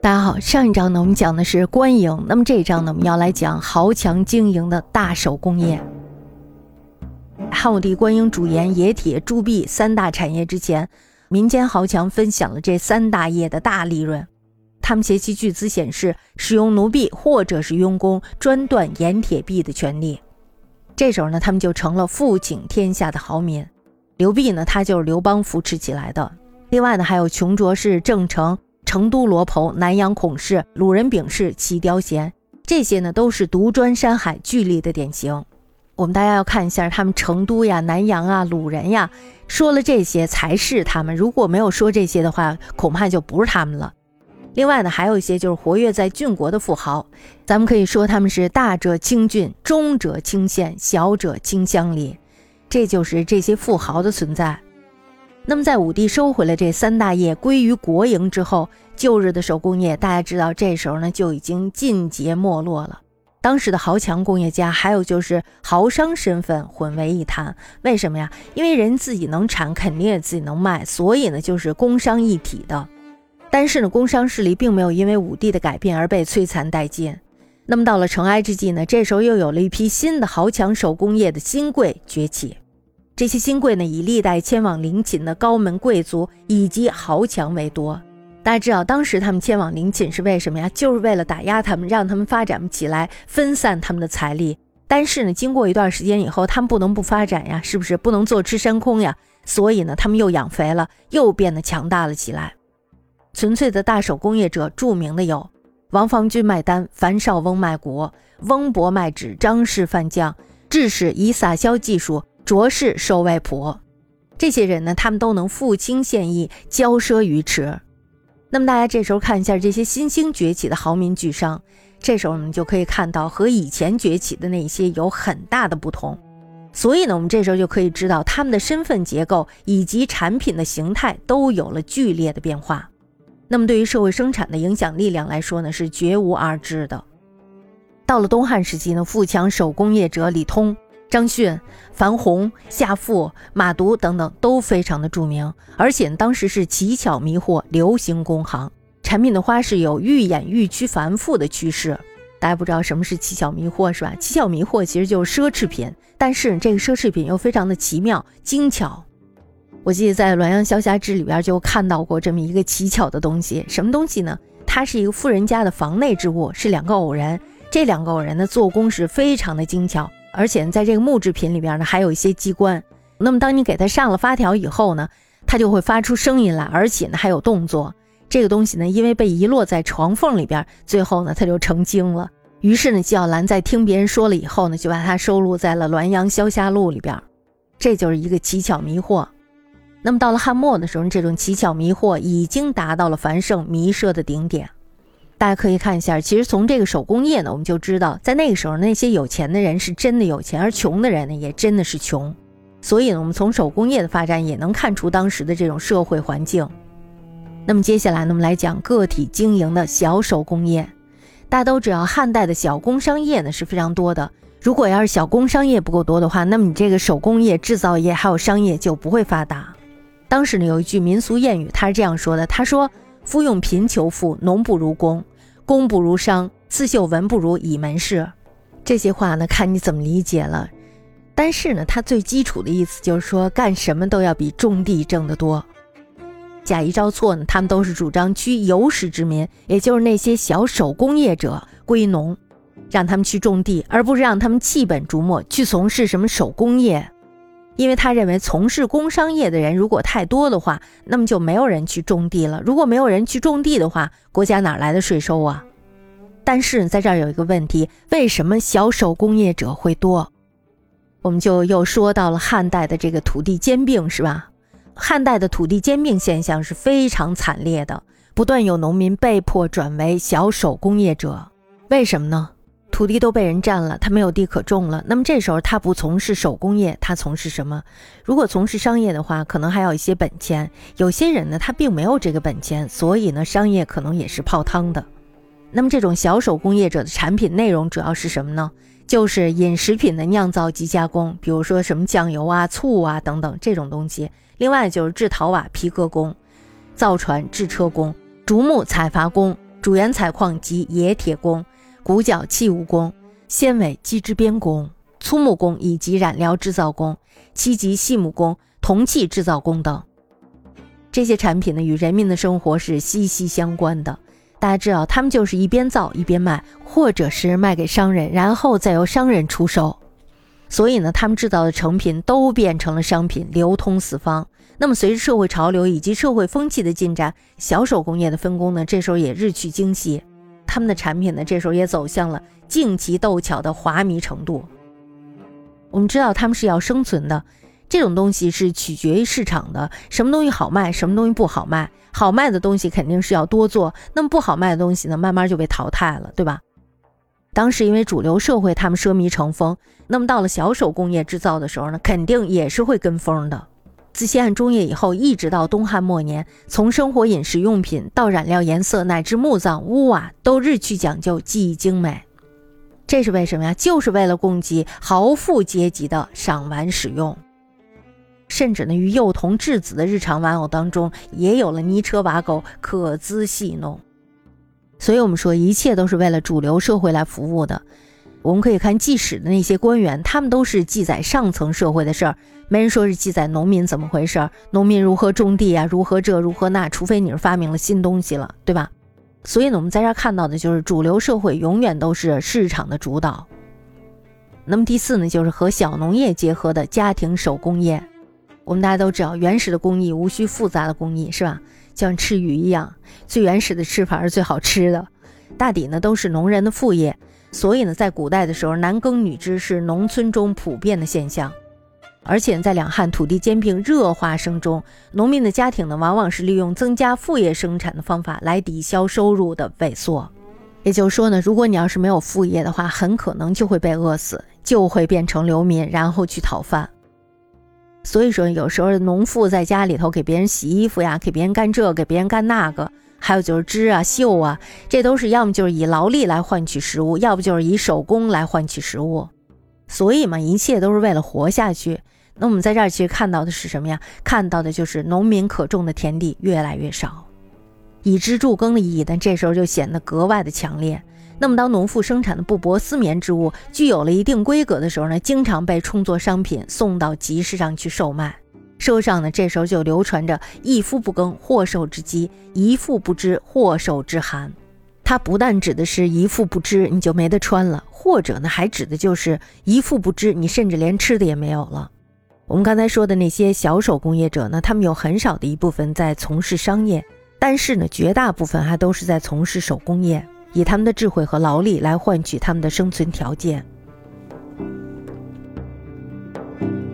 大家好，上一章呢我们讲的是官营，那么这一章呢我们要来讲豪强经营的大手工业。汉武帝官营主盐、冶铁、铸币三大产业之前，民间豪强分享了这三大业的大利润。他们携其巨资显示，使用奴婢或者是佣工专断盐铁币的权利。这时候呢，他们就成了富倾天下的豪民。刘弼呢，他就是刘邦扶持起来的。另外呢，还有穷卓氏、郑成、成都罗侯、南阳孔氏、鲁人秉氏、齐雕贤，这些呢都是独专山海巨力的典型。我们大家要看一下他们成都呀、南阳啊、鲁人呀，说了这些才是他们，如果没有说这些的话，恐怕就不是他们了。另外呢，还有一些就是活跃在郡国的富豪，咱们可以说他们是大者清郡，中者清县，小者清乡里，这就是这些富豪的存在。那么在武帝收回了这三大业归于国营之后，旧日的手工业大家知道这时候呢就已经尽皆没落了。当时的豪强工业家还有就是豪商身份混为一谈。为什么呀？因为人自己能产肯定也自己能卖，所以呢就是工商一体的。但是呢，工商势力并没有因为武帝的改变而被摧残殆尽。那么到了承哀之际呢，这时候又有了一批新的豪强手工业的新贵崛起。这些新贵呢，以历代迁往陵寝的高门贵族以及豪强为多。大家知道当时他们迁往陵寝是为什么呀？就是为了打压他们，让他们发展不起来，分散他们的财力。但是呢，经过一段时间以后，他们不能不发展呀，是不是？不能坐吃山空呀。所以呢，他们又养肥了，又变得强大了起来。纯粹的大手工业者著名的有王房君卖单、樊少翁卖国、翁伯卖纸、张氏贩酱、智氏以撒销技术、卓氏售外婆。这些人呢，他们都能腹轻献逸，骄奢于池。那么大家这时候看一下这些新兴崛起的豪民巨商，这时候我们就可以看到和以前崛起的那些有很大的不同。所以呢，我们这时候就可以知道他们的身份结构以及产品的形态都有了剧烈的变化。那么对于社会生产的影响力量来说呢，是绝无二致的。到了东汉时期呢，富强手工业者李通、张逊、樊洪、夏父、马独等等都非常的著名，而且当时是奇巧迷惑，流行工行，产品的花式有愈演愈趋繁复的趋势。大家不知道什么是奇巧迷惑是吧？奇巧迷惑其实就是奢侈品，但是这个奢侈品又非常的奇妙精巧。我记得在《滦阳消暇志》里边就看到过这么一个奇巧的东西。什么东西呢？它是一个富人家的房内之物，是两个偶人，这两个偶人的做工是非常的精巧，而且在这个木制品里边呢还有一些机关。那么当你给它上了发条以后呢，它就会发出声音来，而且呢还有动作。这个东西呢因为被遗落在床缝里边，最后呢它就成精了。于是呢纪晓岚在听别人说了以后呢，就把它收录在了《滦阳消暇录》里边。这就是一个奇巧迷惑。那么到了汉末的时候，这种奇巧迷惑已经达到了繁盛弥奢的顶点。大家可以看一下，其实从这个手工业呢，我们就知道在那个时候那些有钱的人是真的有钱，而穷的人呢也真的是穷。所以呢，我们从手工业的发展也能看出当时的这种社会环境。那么接下来呢，我们来讲个体经营的小手工业。大家都知道汉代的小工商业呢是非常多的，如果要是小工商业不够多的话，那么你这个手工业、制造业还有商业就不会发达。当时呢有一句民俗谚语，他是这样说的，他说：夫用贫求富，农不如工，工不如商，刺绣文不如以门市。这些话呢看你怎么理解了，但是呢它最基础的意思就是说干什么都要比种地挣得多。贾谊、赵错呢，他们都是主张驱游食之民，也就是那些小手工业者归农，让他们去种地，而不是让他们弃本逐末去从事什么手工业。因为他认为从事工商业的人如果太多的话，那么就没有人去种地了，如果没有人去种地的话，国家哪来的税收啊？但是在这儿有一个问题，为什么小手工业者会多？我们就又说到了汉代的这个土地兼并，是吧？汉代的土地兼并现象是非常惨烈的，不断有农民被迫转为小手工业者。为什么呢？土地都被人占了，他没有地可种了，那么这时候他不从事手工业，他从事什么？如果从事商业的话，可能还有一些本钱，有些人呢他并没有这个本钱，所以呢商业可能也是泡汤的。那么这种小手工业者的产品内容主要是什么呢？就是饮食品的酿造及加工，比如说什么酱油啊、醋啊等等这种东西。另外就是制陶瓦皮革工、造船制车工、竹木采伐工、 主原采矿及冶铁工、骨角器物工、纤维机织编工、粗木工以及染料制造工、漆及细木工、铜器制造工等。这些产品呢，与人民的生活是息息相关的。大家知道，他们就是一边造一边卖，或者是卖给商人，然后再由商人出售。所以呢，他们制造的成品都变成了商品，流通四方。那么随着社会潮流以及社会风气的进展，小手工业的分工呢，这时候也日趋精细，他们的产品呢，这时候也走向了竞奇斗巧的华靡程度。我们知道他们是要生存的，这种东西是取决于市场的，什么东西好卖，什么东西不好卖，好卖的东西肯定是要多做，那么不好卖的东西呢，慢慢就被淘汰了，对吧？当时因为主流社会他们奢靡成风，那么到了小手工业制造的时候呢，肯定也是会跟风的。自西汉中叶以后，一直到东汉末年，从生活饮食用品到染料颜色乃至木葬屋瓦，都日趋讲究技艺精美。这是为什么呀？就是为了供给豪富阶级的赏玩使用。甚至呢，于幼童稚子的日常玩偶当中，也有了泥车瓦狗可资戏弄。所以我们说，一切都是为了主流社会来服务的。我们可以看记史的那些官员，他们都是记载上层社会的事儿，没人说是记载农民怎么回事，农民如何种地啊，如何这如何那，除非你是发明了新东西了，对吧？所以呢，我们在这儿看到的就是主流社会永远都是市场的主导。那么第四呢，就是和小农业结合的家庭手工业。我们大家都知道，原始的工艺无需复杂的工艺，是吧？就像吃鱼一样，最原始的吃法是最好吃的。大抵呢都是农人的副业，所以呢，在古代的时候，男耕女织是农村中普遍的现象。而且在两汉土地兼并热化声中，农民的家庭呢，往往是利用增加副业生产的方法来抵消收入的萎缩。也就是说呢，如果你要是没有副业的话，很可能就会被饿死，就会变成流民，然后去讨饭。所以说，有时候农妇在家里头给别人洗衣服呀，给别人干这，给别人干那个，还有就是织啊、绣啊，这都是要么就是以劳力来换取食物，要不就是以手工来换取食物。所以嘛，一切都是为了活下去。那我们在这儿其实看到的是什么呀？看到的就是农民可种的田地越来越少，以织助耕的意义呢，这时候就显得格外的强烈。那么当农妇生产的布帛丝棉之物具有了一定规格的时候呢，经常被充作商品送到集市上去售卖。社会上呢，这时候就流传着一夫不耕或受之饥，一妇不织或受之寒。它不但指的是一妇不织你就没得穿了，或者呢还指的就是一妇不织你甚至连吃的也没有了。我们刚才说的那些小手工业者呢，他们有很少的一部分在从事商业，但是呢绝大部分还都是在从事手工业，以他们的智慧和劳力来换取他们的生存条件。